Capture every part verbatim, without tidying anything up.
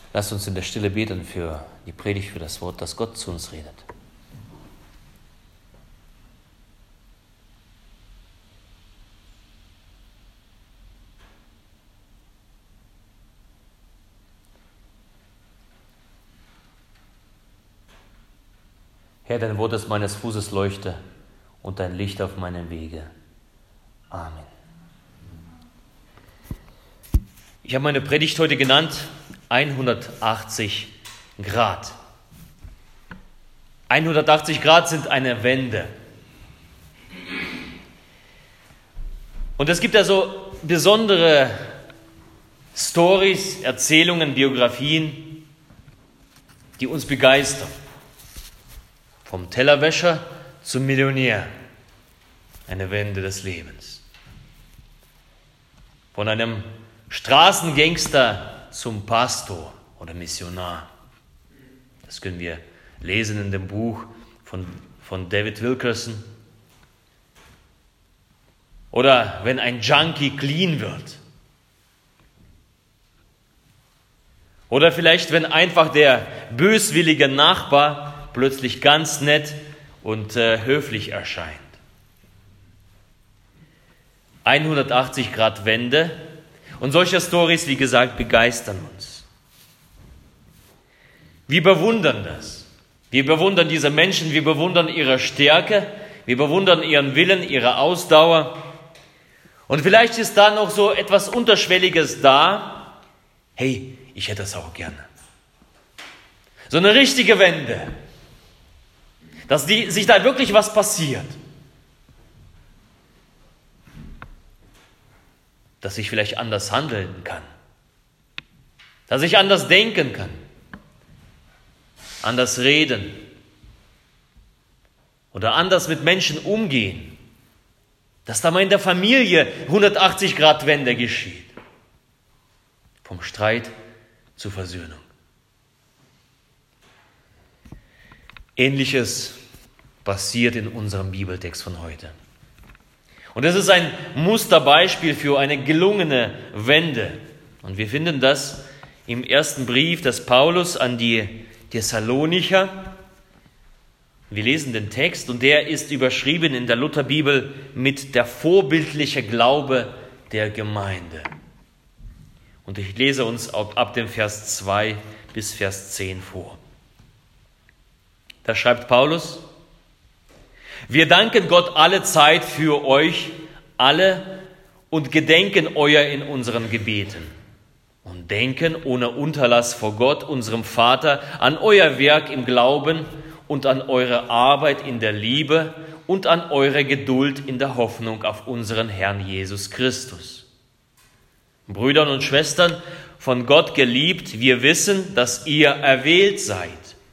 Lasst uns in der Stille beten für die Predigt, für das Wort, das Gott zu uns redet. Herr, dein Wort ist meines Fußes Leuchte und dein Licht auf meinen Wege. Amen. Ich habe meine Predigt heute genannt hundertachtzig Grad. hundertachtzig Grad sind eine Wende. Und es gibt also besondere Storys, Erzählungen, Biografien, die uns begeistern. Vom Tellerwäscher zum Millionär. Eine Wende des Lebens. Von einem Straßengangster zum Pastor oder Missionar. Das können wir lesen in dem Buch von, von David Wilkerson. Oder wenn ein Junkie clean wird. Oder vielleicht, wenn einfach der böswillige Nachbar plötzlich ganz nett und äh, höflich erscheint. hundertachtzig Grad Wende. Und solche Storys, wie gesagt, begeistern uns. Wir bewundern das. Wir bewundern diese Menschen, wir bewundern ihre Stärke, wir bewundern ihren Willen, ihre Ausdauer. Und vielleicht ist da noch so etwas Unterschwelliges da. Hey, ich hätte das auch gerne. So eine richtige Wende. Dass die, sich da wirklich was passiert. Dass ich vielleicht anders handeln kann. Dass ich anders denken kann. Anders reden. Oder anders mit Menschen umgehen. Dass da mal in der Familie hundertachtzig Grad Wende geschieht. Vom Streit zur Versöhnung. Ähnliches passiert in unserem Bibeltext von heute. Und es ist ein Musterbeispiel für eine gelungene Wende. Und wir finden das im ersten Brief des Paulus an die Thessalonicher. Wir lesen den Text und der ist überschrieben in der Lutherbibel mit der vorbildliche Glaube der Gemeinde. Und ich lese uns ab dem Vers zwei bis Vers zehn vor. Da schreibt Paulus: Wir danken Gott alle Zeit für euch alle und gedenken euer in unseren Gebeten und denken ohne Unterlass vor Gott, unserem Vater, an euer Werk im Glauben und an eure Arbeit in der Liebe und an eure Geduld in der Hoffnung auf unseren Herrn Jesus Christus. Brüdern und Schwestern, von Gott geliebt, wir wissen, dass ihr erwählt seid.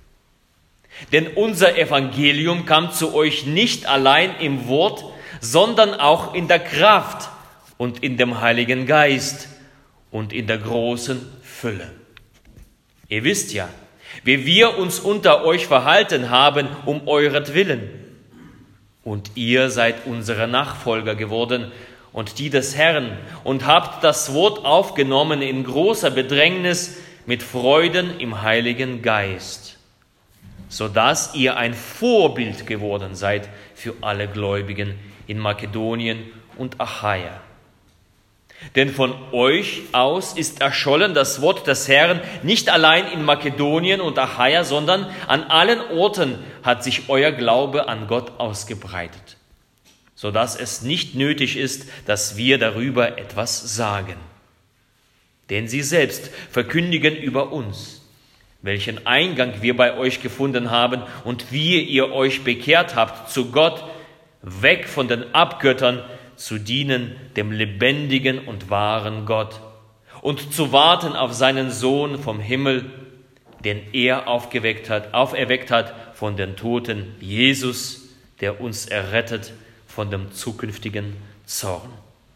Denn unser Evangelium kam zu euch nicht allein im Wort, sondern auch in der Kraft und in dem Heiligen Geist und in der großen Fülle. Ihr wisst ja, wie wir uns unter euch verhalten haben um euretwillen. Und ihr seid unsere Nachfolger geworden und die des Herrn und habt das Wort aufgenommen in großer Bedrängnis mit Freuden im Heiligen Geist, sodass ihr ein Vorbild geworden seid für alle Gläubigen in Makedonien und Achaia. Denn von euch aus ist erschollen das Wort des Herrn nicht allein in Makedonien und Achaia, sondern an allen Orten hat sich euer Glaube an Gott ausgebreitet, sodass es nicht nötig ist, dass wir darüber etwas sagen. Denn sie selbst verkündigen über uns, welchen Eingang wir bei euch gefunden haben und wie ihr euch bekehrt habt zu Gott, weg von den Abgöttern, zu dienen dem lebendigen und wahren Gott und zu warten auf seinen Sohn vom Himmel, den er aufgeweckt hat, auferweckt hat von den Toten, Jesus, der uns errettet von dem zukünftigen Zorn.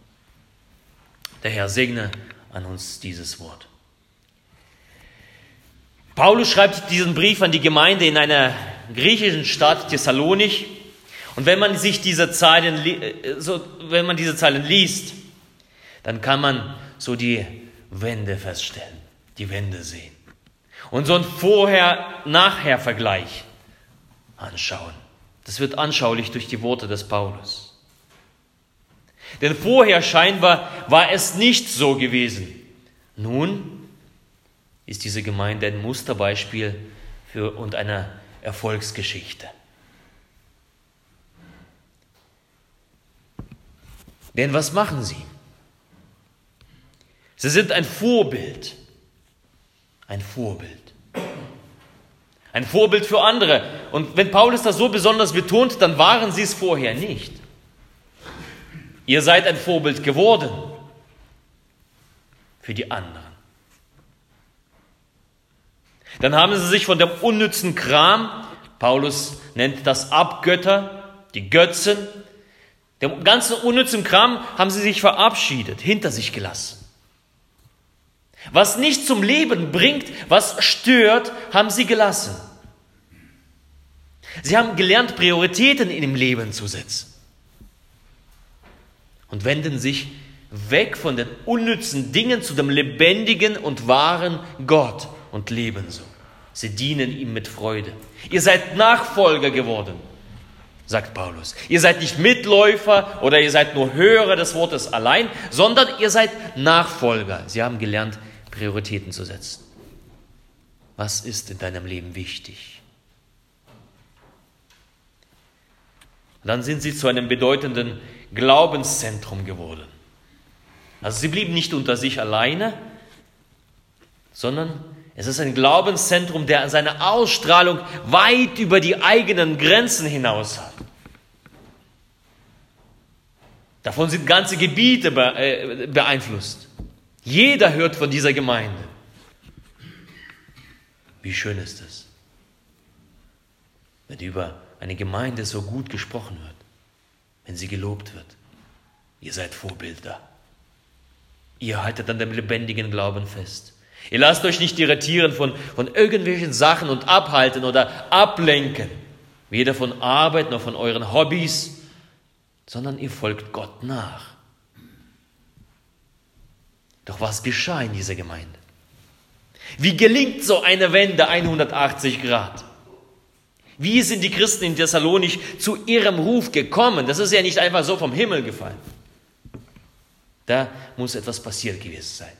Der Herr segne an uns dieses Wort. Paulus schreibt diesen Brief an die Gemeinde in einer griechischen Stadt Thessalonich. Und wenn man sich diese Zeilen, so, wenn man diese Zeilen liest, dann kann man so die Wende feststellen, die Wende sehen. und so einen Vorher-Nachher-Vergleich anschauen. Das wird anschaulich durch die Worte des Paulus. Denn vorher scheinbar war es nicht so gewesen. Nun ist diese Gemeinde ein Musterbeispiel für und eine Erfolgsgeschichte. Denn was machen sie? Sie sind ein Vorbild. Ein Vorbild. Ein Vorbild für andere. Und wenn Paulus das so besonders betont, dann waren sie es vorher nicht. Ihr seid ein Vorbild geworden für die anderen. Dann haben sie sich von dem unnützen Kram, Paulus nennt das Abgötter, die Götzen, dem ganzen unnützen Kram haben sie sich verabschiedet, hinter sich gelassen. Was nicht zum Leben bringt, was stört, haben sie gelassen. Sie haben gelernt, Prioritäten in dem Leben zu setzen. Und wenden sich weg von den unnützen Dingen zu dem lebendigen und wahren Gott und leben so. Sie dienen ihm mit Freude. Ihr seid Nachfolger geworden, sagt Paulus. Ihr seid nicht Mitläufer oder ihr seid nur Hörer des Wortes allein, sondern ihr seid Nachfolger. Sie haben gelernt, Prioritäten zu setzen. Was ist in deinem Leben wichtig? Dann sind sie zu einem bedeutenden Glaubenszentrum geworden. Also sie blieben nicht unter sich alleine, sondern es ist ein Glaubenszentrum, der seine Ausstrahlung weit über die eigenen Grenzen hinaus hat. Davon sind ganze Gebiete beeinflusst. Jeder hört von dieser Gemeinde. Wie schön ist es, wenn über eine Gemeinde so gut gesprochen wird, wenn sie gelobt wird. Ihr seid Vorbilder. Ihr haltet an dem lebendigen Glauben fest. Ihr lasst euch nicht irritieren von, von irgendwelchen Sachen und abhalten oder ablenken. Weder von Arbeit noch von euren Hobbys, sondern ihr folgt Gott nach. Doch was geschah in dieser Gemeinde? Wie gelingt so eine Wende hundertachtzig Grad? Wie sind die Christen in Thessalonich zu ihrem Ruf gekommen? Das ist ja nicht einfach so vom Himmel gefallen. Da muss etwas passiert gewesen sein.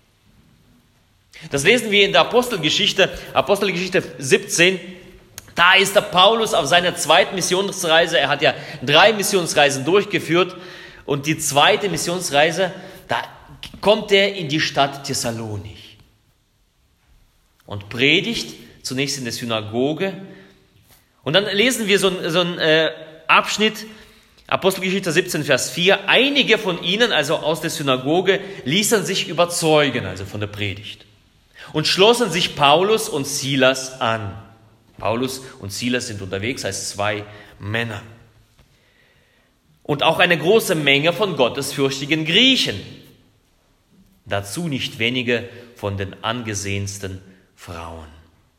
Das lesen wir in der Apostelgeschichte, Apostelgeschichte siebzehn. Da ist der Paulus auf seiner zweiten Missionsreise. Er hat ja drei Missionsreisen durchgeführt. Und die zweite Missionsreise, da kommt er in die Stadt Thessalonich und predigt zunächst in der Synagoge. Und dann lesen wir so, so einen äh, Abschnitt, Apostelgeschichte siebzehn, Vers vier. Einige von ihnen, also aus der Synagoge, ließen sich überzeugen, also von der Predigt, und schlossen sich Paulus und Silas an. Paulus und Silas sind unterwegs als zwei Männer. Und auch eine große Menge von gottesfürchtigen Griechen. Dazu nicht wenige von den angesehensten Frauen.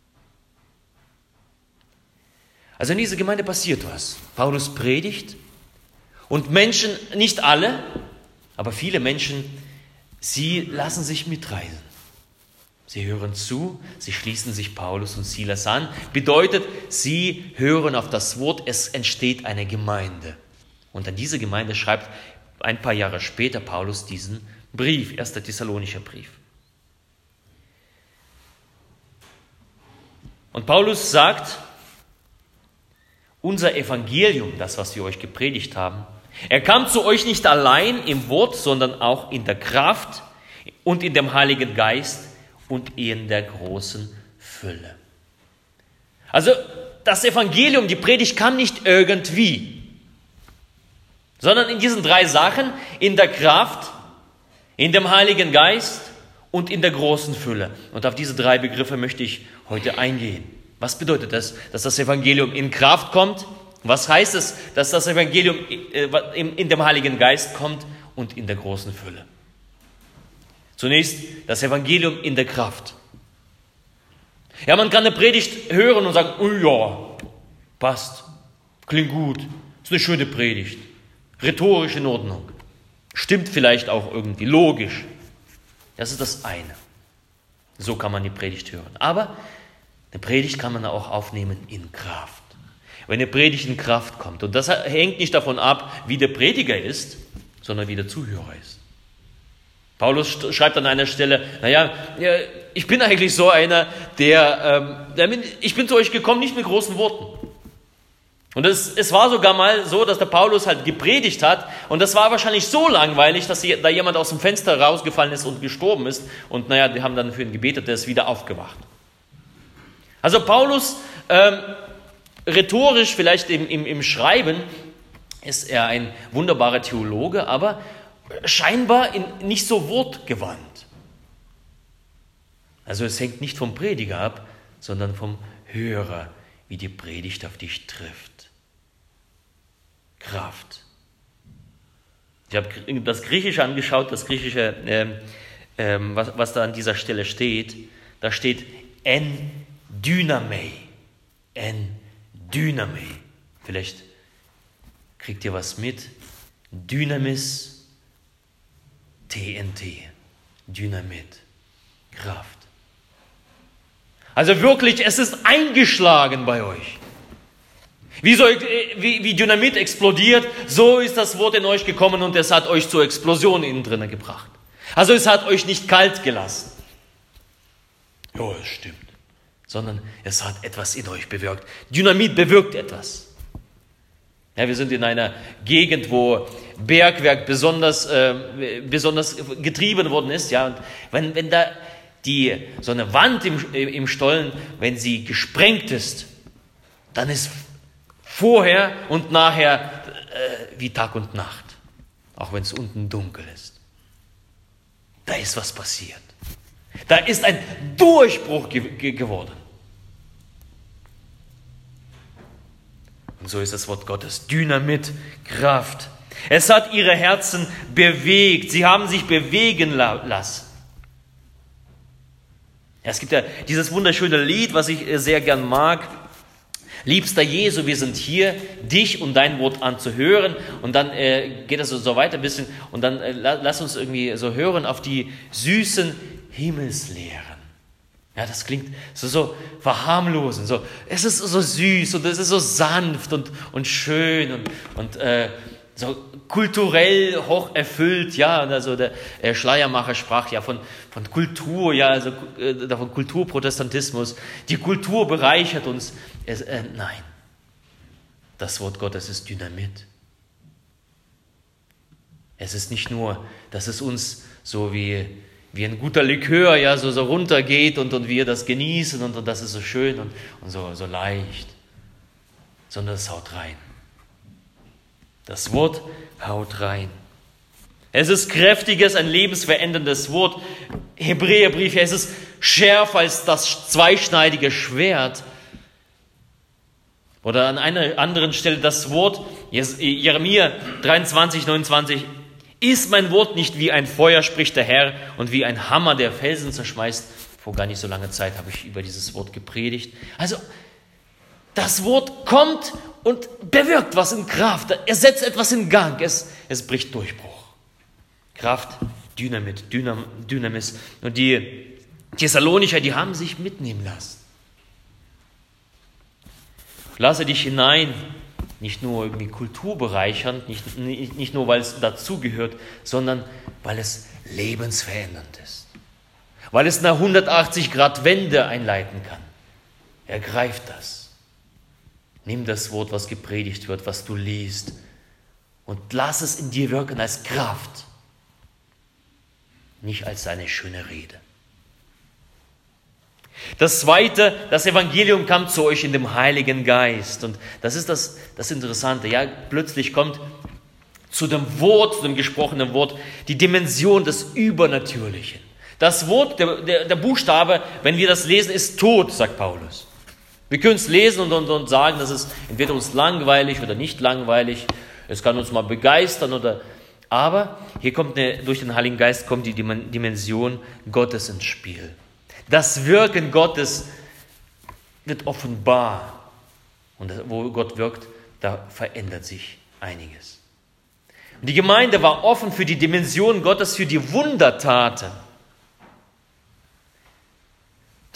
Also in dieser Gemeinde passiert was. Paulus predigt und Menschen, nicht alle, aber viele Menschen, sie lassen sich mitreisen. Sie hören zu, sie schließen sich Paulus und Silas an. Bedeutet, sie hören auf das Wort, es entsteht eine Gemeinde. Und an diese Gemeinde schreibt ein paar Jahre später Paulus diesen Brief, erster Thessalonischer Brief. Und Paulus sagt, unser Evangelium, das, was wir euch gepredigt haben, er kam zu euch nicht allein im Wort, sondern auch in der Kraft und in dem Heiligen Geist und in der großen Fülle. Also das Evangelium, die Predigt kam nicht irgendwie, sondern in diesen drei Sachen, in der Kraft, in dem Heiligen Geist und in der großen Fülle. Und auf diese drei Begriffe möchte ich heute eingehen. Was bedeutet das, dass das Evangelium in Kraft kommt? Was heißt es, dass das Evangelium in dem Heiligen Geist kommt und in der großen Fülle? Zunächst das Evangelium in der Kraft. Ja, man kann eine Predigt hören und sagen, oh ja, passt, klingt gut, ist eine schöne Predigt, rhetorisch in Ordnung, stimmt vielleicht auch irgendwie, logisch. Das ist das eine. So kann man die Predigt hören. Aber eine Predigt kann man auch aufnehmen in Kraft. Wenn eine Predigt in Kraft kommt. Und das hängt nicht davon ab, wie der Prediger ist, sondern wie der Zuhörer ist. Paulus schreibt an einer Stelle, naja, ich bin eigentlich so einer, der, ähm, ich bin zu euch gekommen, nicht mit großen Worten. Und es, es war sogar mal so, dass der Paulus halt gepredigt hat und das war wahrscheinlich so langweilig, dass da jemand aus dem Fenster rausgefallen ist und gestorben ist und naja, die haben dann für ihn gebetet, der ist wieder aufgewacht. Also Paulus, ähm, rhetorisch vielleicht im, im, im Schreiben, ist er ein wunderbarer Theologe, aber scheinbar in, nicht so wortgewandt. Also es hängt nicht vom Prediger ab, sondern vom Hörer, wie die Predigt auf dich trifft. Kraft. Ich habe das Griechische angeschaut, das Griechische, ähm, ähm, was, was da an dieser Stelle steht. Da steht en dynamei. En dynamei. Vielleicht kriegt ihr was mit. Dynamis. T N T, Dynamit, Kraft. Also wirklich, es ist eingeschlagen bei euch. Wie, so, wie, wie Dynamit explodiert, so ist das Wort in euch gekommen und es hat euch zur Explosion innen drinnen gebracht. Also es hat euch nicht kalt gelassen. Ja, es stimmt. Sondern es hat etwas in euch bewirkt. Dynamit bewirkt etwas. Ja, wir sind in einer Gegend, wo Bergwerk besonders, äh, besonders getrieben worden ist. Ja, und wenn, wenn da die, so eine Wand im, im Stollen, wenn sie gesprengt ist, dann ist vorher und nachher äh, wie Tag und Nacht. Auch wenn es unten dunkel ist. Da ist was passiert. Da ist ein Durchbruch ge- ge- geworden. Und so ist das Wort Gottes. Dynamit, Kraft. Es hat ihre Herzen bewegt. Sie haben sich bewegen lassen. Ja, es gibt ja dieses wunderschöne Lied, was ich sehr gern mag. Liebster Jesu, wir sind hier, dich und dein Wort anzuhören. Und dann äh, geht es so weiter ein bisschen. Und dann äh, lass uns irgendwie so hören auf die süßen Himmelslehren. Ja, das klingt so, so verharmlosend. So, es ist so süß und es ist so sanft und, und schön und, und äh, so kulturell hoch erfüllt. Ja, und also der äh, Schleiermacher sprach ja von, von Kultur, ja, also äh, von Kulturprotestantismus. Die Kultur bereichert uns. Es, äh, nein, das Wort Gottes ist Dynamit. Es ist nicht nur, dass es uns so wie wie ein guter Likör, ja, so, so runtergeht und, und wir das genießen und, und das ist so schön und, und so, so leicht, sondern es haut rein. Das Wort haut rein. Es ist kräftiges, ein lebensveränderndes Wort. Hebräerbrief, ja, es ist schärfer als das zweischneidige Schwert. Oder an einer anderen Stelle das Wort, Jeremia dreiundzwanzig, neunundzwanzig, ist mein Wort nicht wie ein Feuer, spricht der Herr, und wie ein Hammer, der Felsen zerschmeißt? Vor gar nicht so langer Zeit habe ich über dieses Wort gepredigt. Also, das Wort kommt und bewirkt was in Kraft. Es setzt etwas in Gang. Es, es bricht Durchbruch. Kraft, Dynamit, Dynam, Dynamis. Und die Thessalonicher, die haben sich mitnehmen lassen. Lasse dich hinein. Nicht nur irgendwie kulturbereichernd, nicht, nicht, nicht nur, weil es dazugehört, sondern weil es lebensverändernd ist. Weil es eine hundertachtzig Grad Wende einleiten kann. Ergreif das. Nimm das Wort, was gepredigt wird, was du liest, und lass es in dir wirken als Kraft, nicht als eine schöne Rede. Das Zweite, das Evangelium kam zu euch in dem Heiligen Geist. Und das ist das, das Interessante. Ja, plötzlich kommt zu dem Wort, zu dem gesprochenen Wort, die Dimension des Übernatürlichen. Das Wort, der, der, der Buchstabe, wenn wir das lesen, ist tot, sagt Paulus. Wir können es lesen und, und, und sagen, das ist entweder uns langweilig oder nicht langweilig. Es kann uns mal begeistern oder... Aber hier kommt eine, durch den Heiligen Geist kommt die Dimension Gottes ins Spiel. Das Wirken Gottes wird offenbar. Und wo Gott wirkt, da verändert sich einiges. Und die Gemeinde war offen für die Dimension Gottes, für die Wundertaten.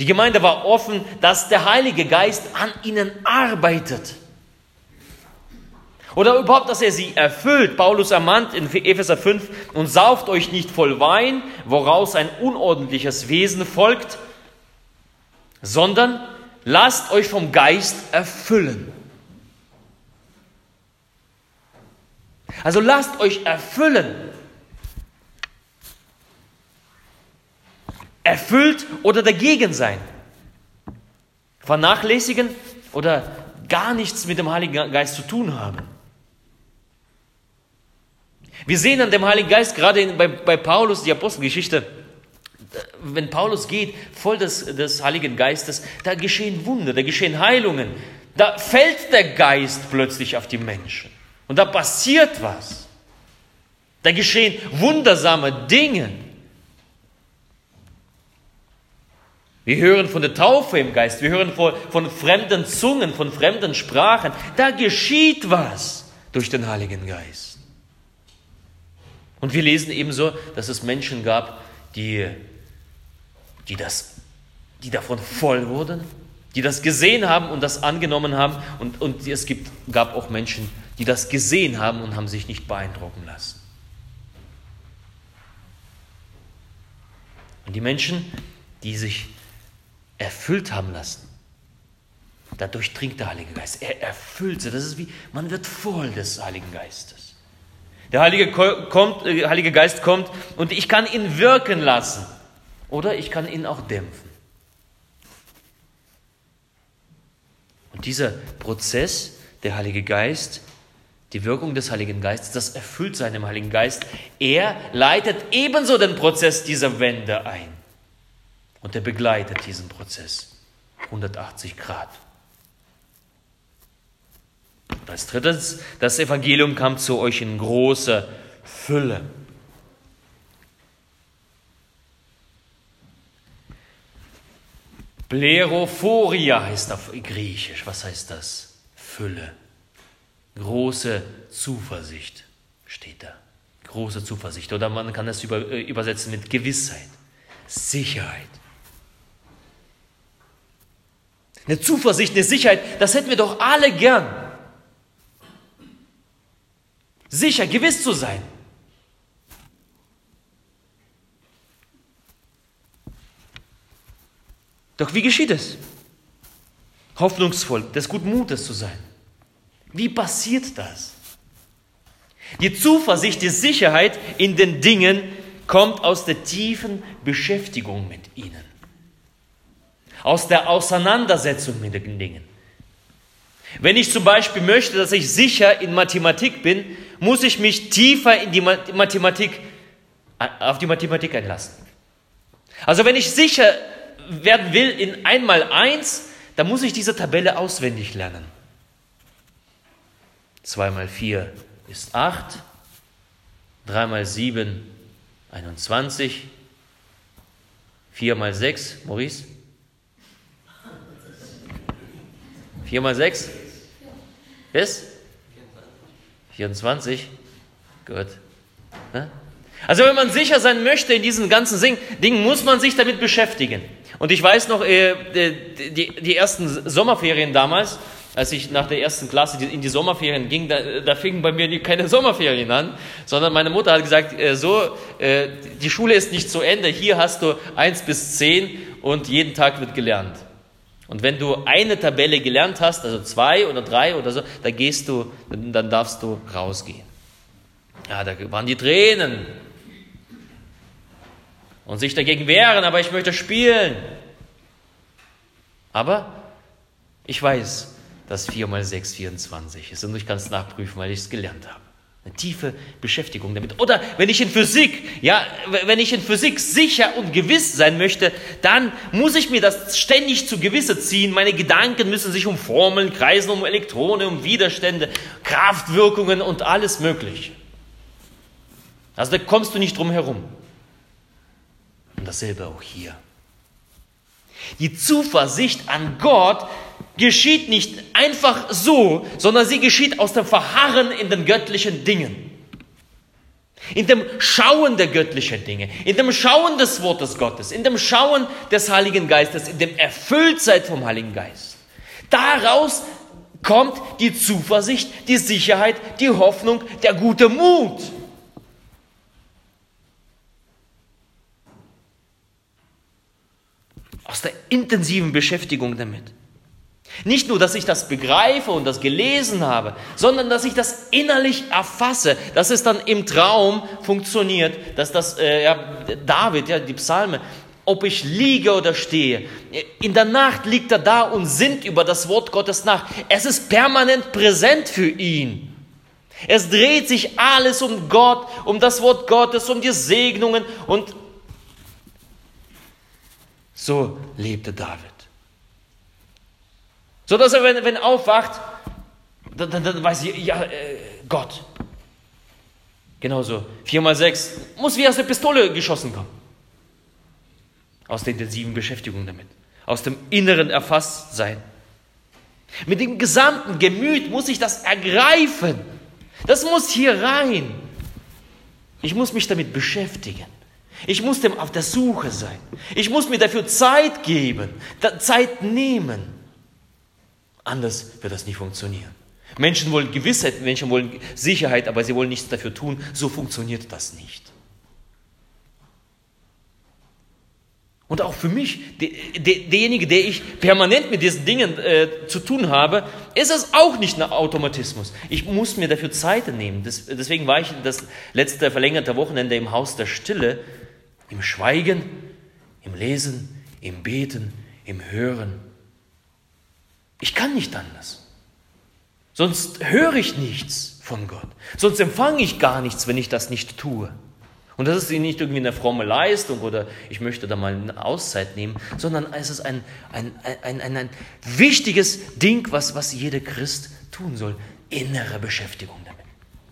Die Gemeinde war offen, dass der Heilige Geist an ihnen arbeitet. Oder überhaupt, dass er sie erfüllt. Paulus ermahnt in Epheser fünf, und sauft euch nicht voll Wein, woraus ein unordentliches Wesen folgt, sondern lasst euch vom Geist erfüllen. Also lasst euch erfüllen. Erfüllt oder dagegen sein. Vernachlässigen oder gar nichts mit dem Heiligen Geist zu tun haben. Wir sehen an dem Heiligen Geist, gerade bei, bei Paulus, die Apostelgeschichte, wenn Paulus geht, voll des, des Heiligen Geistes, da geschehen Wunder, da geschehen Heilungen. Da fällt der Geist plötzlich auf die Menschen. Und da passiert was. Da geschehen wundersame Dinge. Wir hören von der Taufe im Geist, wir hören von, von fremden Zungen, von fremden Sprachen. Da geschieht was durch den Heiligen Geist. Und wir lesen ebenso, dass es Menschen gab, die, die, das, die davon voll wurden, die das gesehen haben und das angenommen haben. Und, und es gibt, gab auch Menschen, die das gesehen haben und haben sich nicht beeindrucken lassen. Und die Menschen, die sich erfüllt haben lassen, da durchdringt der Heilige Geist. Er erfüllt sie. Das ist wie, man wird voll des Heiligen Geistes. Der Heilige, kommt, der Heilige Geist kommt und ich kann ihn wirken lassen. Oder ich kann ihn auch dämpfen. Und dieser Prozess, der Heilige Geist, die Wirkung des Heiligen Geistes, das erfüllt sein im Heiligen Geist. Er leitet ebenso den Prozess dieser Wende ein. Und er begleitet diesen Prozess. hundertachtzig Grad. Und als drittes, das Evangelium kam zu euch in großer Fülle. Plerothoria heißt auf Griechisch. Was heißt das? Fülle. Große Zuversicht steht da. Große Zuversicht. Oder man kann das über, übersetzen mit Gewissheit, Sicherheit. Eine Zuversicht, eine Sicherheit, das hätten wir doch alle gern. Sicher, gewiss zu sein. Doch wie geschieht es? Hoffnungsvoll, des guten Mutes zu sein. Wie passiert das? Die Zuversicht, die Sicherheit in den Dingen kommt aus der tiefen Beschäftigung mit ihnen. Aus der Auseinandersetzung mit den Dingen. Wenn ich zum Beispiel möchte, dass ich sicher in Mathematik bin, muss ich mich tiefer in die Mathematik, auf die Mathematik einlassen. Also wenn ich sicher werden will in eins mal eins, dann muss ich diese Tabelle auswendig lernen. zwei mal vier ist acht, drei mal sieben einundzwanzig, vier mal sechs, Maurice? vier mal sechs? Ist? vierundzwanzig? Gut. Also wenn man sicher sein möchte in diesen ganzen Dingen, muss man sich damit beschäftigen. Und ich weiß noch, die, die ersten Sommerferien damals, als ich nach der ersten Klasse in die Sommerferien ging, da, da fingen bei mir keine Sommerferien an, sondern meine Mutter hat gesagt, so, die Schule ist nicht zu Ende, hier hast du eins bis zehn und jeden Tag wird gelernt. Und wenn du eine Tabelle gelernt hast, also zwei oder drei oder so, da gehst du, dann darfst du rausgehen. Ja, da waren die Tränen. Und sich dagegen wehren, aber ich möchte spielen. Aber ich weiß, dass vier mal sechs vierundzwanzig ist und ich kann es nachprüfen, weil ich es gelernt habe. Eine tiefe Beschäftigung damit. Oder wenn ich in Physik, ja, wenn ich in Physik sicher und gewiss sein möchte, dann muss ich mir das ständig zu Gewisse ziehen. Meine Gedanken müssen sich um Formeln kreisen, um Elektronen, um Widerstände, Kraftwirkungen und alles Mögliche. Also da kommst du nicht drum herum. Und dasselbe auch hier. Die Zuversicht an Gott geschieht nicht einfach so, sondern sie geschieht aus dem Verharren in den göttlichen Dingen. In dem Schauen der göttlichen Dinge, in dem Schauen des Wortes Gottes, in dem Schauen des Heiligen Geistes, in dem Erfülltsein vom Heiligen Geist. Daraus kommt die Zuversicht, die Sicherheit, die Hoffnung, der gute Mut. Aus der intensiven Beschäftigung damit. Nicht nur, dass ich das begreife und das gelesen habe, sondern dass ich das innerlich erfasse, dass es dann im Traum funktioniert, dass das, äh, ja, David, ja, die Psalme, ob ich liege oder stehe, in der Nacht liegt er da und sinnt über das Wort Gottes nach. Es ist permanent präsent für ihn. Es dreht sich alles um Gott, um das Wort Gottes, um die Segnungen und so lebte David. So dass er, wenn, wenn er aufwacht, dann, dann, dann weiß ich, ja, äh, Gott. Genauso, vier mal sechs, muss wie aus der Pistole geschossen kommen. Aus der intensiven Beschäftigung damit. Aus dem inneren Erfasstsein. Mit dem gesamten Gemüt muss ich das ergreifen. Das muss hier rein. Ich muss mich damit beschäftigen. Ich muss dem auf der Suche sein. Ich muss mir dafür Zeit geben, Zeit nehmen. Anders wird das nicht funktionieren. Menschen wollen Gewissheit, Menschen wollen Sicherheit, aber sie wollen nichts dafür tun. So funktioniert das nicht. Und auch für mich, de, de, derjenige, der ich permanent mit diesen Dingen äh, zu tun habe, ist es auch nicht ein Automatismus. Ich muss mir dafür Zeit nehmen. Das, deswegen war ich das letzte verlängerte Wochenende im Haus der Stille, im Schweigen, im Lesen, im Beten, im Hören. Ich kann nicht anders. Sonst höre ich nichts von Gott. Sonst empfange ich gar nichts, wenn ich das nicht tue. Und das ist nicht irgendwie eine fromme Leistung oder ich möchte da mal eine Auszeit nehmen, sondern es ist ein, ein, ein, ein, ein wichtiges Ding, was, was jeder Christ tun soll. Innere Beschäftigung damit.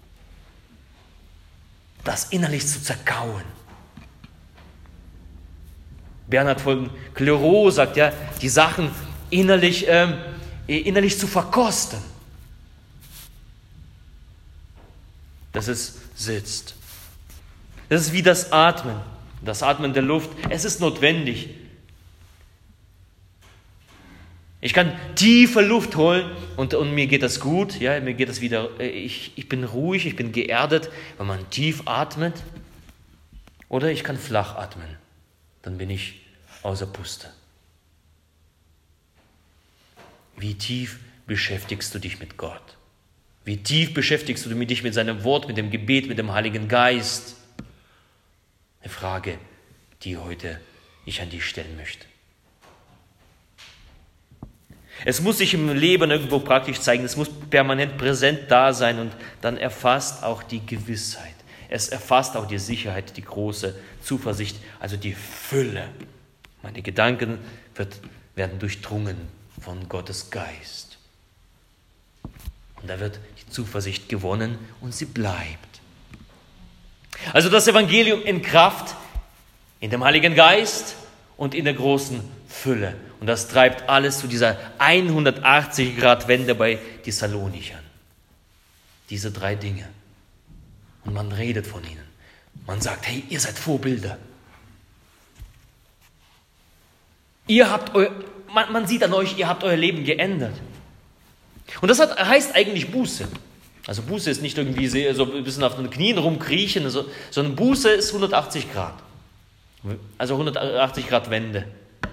Das innerlich zu zerkauen. Bernhard von Clairvaux sagt ja, die Sachen innerlich, ähm, innerlich zu verkosten. Dass es sitzt. Das ist wie das Atmen, das Atmen der Luft. Es ist notwendig. Ich kann tiefe Luft holen und, und mir geht das gut. Ja, mir geht das wieder. Ich, ich bin ruhig, ich bin geerdet, wenn man tief atmet. Oder ich kann flach atmen. Dann bin ich außer Puste. Wie tief beschäftigst du dich mit Gott? Wie tief beschäftigst du dich mit seinem Wort, mit dem Gebet, mit dem Heiligen Geist? Eine Frage, die heute ich an dich stellen möchte. Es muss sich im Leben irgendwo praktisch zeigen, es muss permanent präsent da sein und dann erfasst auch die Gewissheit. Es erfasst auch die Sicherheit, die große Zuversicht, also die Fülle. Meine Gedanken wird, werden durchdrungen von Gottes Geist. Und da wird die Zuversicht gewonnen und sie bleibt. Also das Evangelium in Kraft, in dem Heiligen Geist und in der großen Fülle. Und das treibt alles zu dieser hundertachtzig Grad Wende bei Thessalonichern. Diese drei Dinge. Und man redet von ihnen. Man sagt, hey, ihr seid Vorbilder. Ihr habt eu, man, man sieht an euch, ihr habt euer Leben geändert. Und das hat, heißt eigentlich Buße. Also Buße ist nicht irgendwie so ein bisschen auf den Knien rumkriechen, sondern Buße ist hundertachtzig Grad. Also hundertachtzig Grad Wende.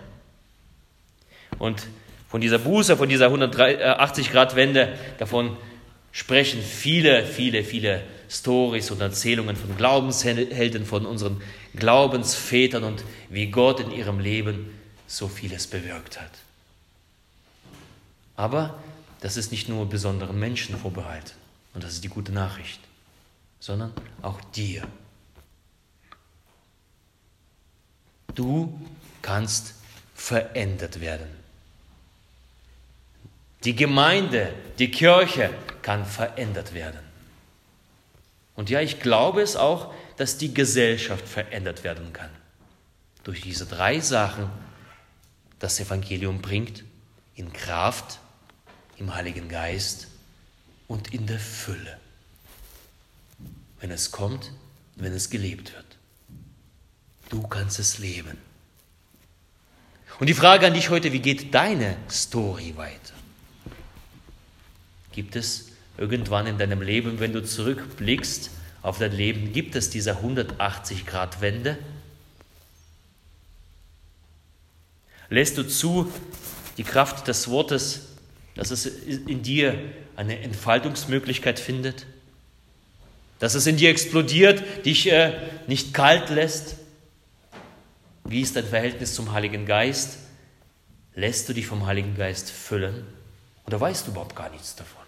Und von dieser Buße, von dieser hundertachtzig Grad Wende, davon sprechen viele, viele, viele Storys und Erzählungen von Glaubenshelden, von unseren Glaubensvätern und wie Gott in ihrem Leben so vieles bewirkt hat. Aber das ist nicht nur besonderen Menschen vorbehalten. Und das ist die gute Nachricht, sondern auch dir. Du kannst verändert werden. Die Gemeinde, die Kirche kann verändert werden. Und ja, ich glaube es auch, dass die Gesellschaft verändert werden kann. Durch diese drei Sachen, das Evangelium bringt, in Kraft, im Heiligen Geist und in der Fülle. Wenn es kommt wenn es gelebt wird. Du kannst es leben. Und die Frage an dich heute, wie geht deine Story weiter? Gibt es irgendwann in deinem Leben, wenn du zurückblickst auf dein Leben, gibt es diese hundertachtzig-Grad-Wende? Lässt du zu, die Kraft des Wortes, dass es in dir eine Entfaltungsmöglichkeit findet? Dass es in dir explodiert, dich äh, nicht kalt lässt? Wie ist dein Verhältnis zum Heiligen Geist? Lässt du dich vom Heiligen Geist füllen? Oder weißt du überhaupt gar nichts davon?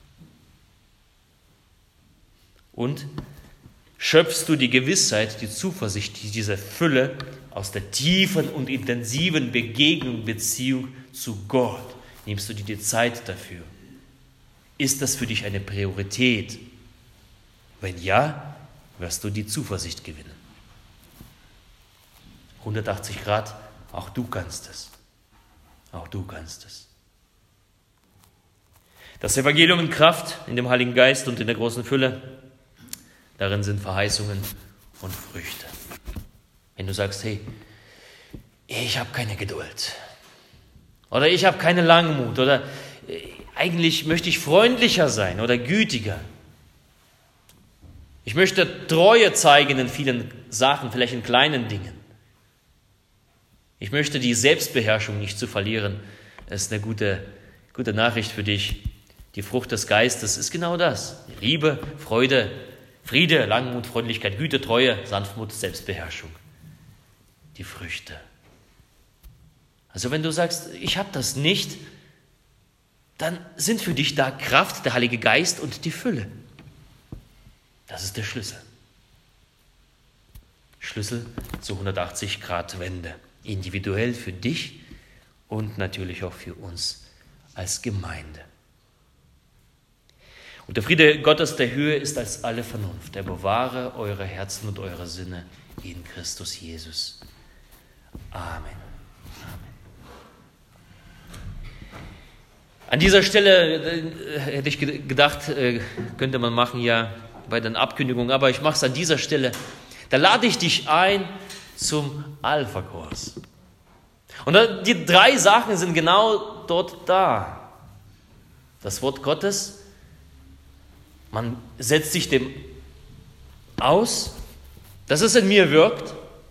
Und schöpfst du die Gewissheit, die Zuversicht, diese Fülle aus der tiefen und intensiven Begegnung, Beziehung zu Gott? Nimmst du dir die Zeit dafür? Ist das für dich eine Priorität? Wenn ja, wirst du die Zuversicht gewinnen. hundertachtzig Grad, auch du kannst es. Auch du kannst es. Das Evangelium in Kraft, in dem Heiligen Geist und in der großen Fülle, darin sind Verheißungen und Früchte. Wenn du sagst, hey, ich habe keine Geduld oder ich habe keine Langmut oder eigentlich möchte ich freundlicher sein oder gütiger. Ich möchte Treue zeigen in vielen Sachen, vielleicht in kleinen Dingen. Ich möchte die Selbstbeherrschung nicht zu verlieren. Das ist eine gute, gute Nachricht für dich. Die Frucht des Geistes ist genau das. Liebe, Freude, Friede, Langmut, Freundlichkeit, Güte, Treue, Sanftmut, Selbstbeherrschung. Die Früchte. Also wenn du sagst, ich habe das nicht, dann sind für dich da Kraft, der Heilige Geist und die Fülle. Das ist der Schlüssel. Schlüssel zur hundertachtzig Grad Wende. Individuell für dich und natürlich auch für uns als Gemeinde. Und der Friede Gottes der Höhe ist als alle Vernunft. Er bewahre eure Herzen und eure Sinne in Christus Jesus. Amen. Amen. An dieser Stelle äh, hätte ich gedacht, äh, könnte man machen ja bei den Abkündigungen, aber ich mache es an dieser Stelle. Da lade ich dich ein zum Alpha-Kurs. Und die drei Sachen sind genau dort da. Das Wort Gottes, man setzt sich dem aus, dass es in mir wirkt.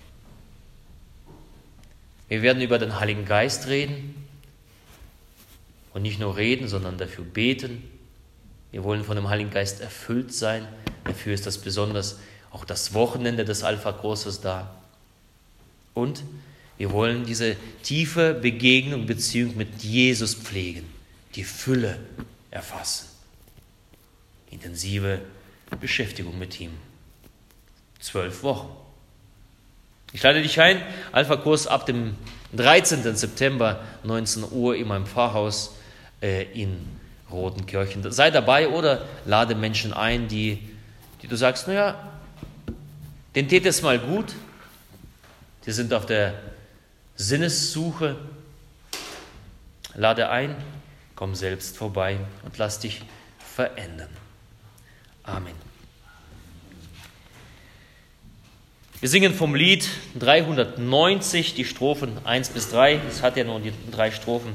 Wir werden über den Heiligen Geist reden und nicht nur reden, sondern dafür beten. Wir wollen von dem Heiligen Geist erfüllt sein. Dafür ist das besonders auch das Wochenende des Alpha-Kurses da. Und wir wollen diese tiefe Begegnung, Beziehung mit Jesus pflegen, die Fülle erfassen. Intensive Beschäftigung mit ihm. Zwölf Wochen. Ich lade dich ein, Alpha-Kurs ab dem dreizehnten September, neunzehn Uhr in meinem Pfarrhaus äh, in Rodenkirchen. Sei dabei oder lade Menschen ein, die, die du sagst, naja, denen täte es mal gut. Sie sind auf der Sinnessuche. Lade ein, komm selbst vorbei und lass dich verändern. Amen. Wir singen vom Lied dreihundertneunzig, die Strophen eins bis drei. Es hat ja nur die drei Strophen.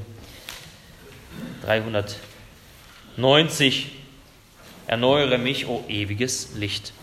dreihundertneunzig. Erneuere mich, o ewiges Licht.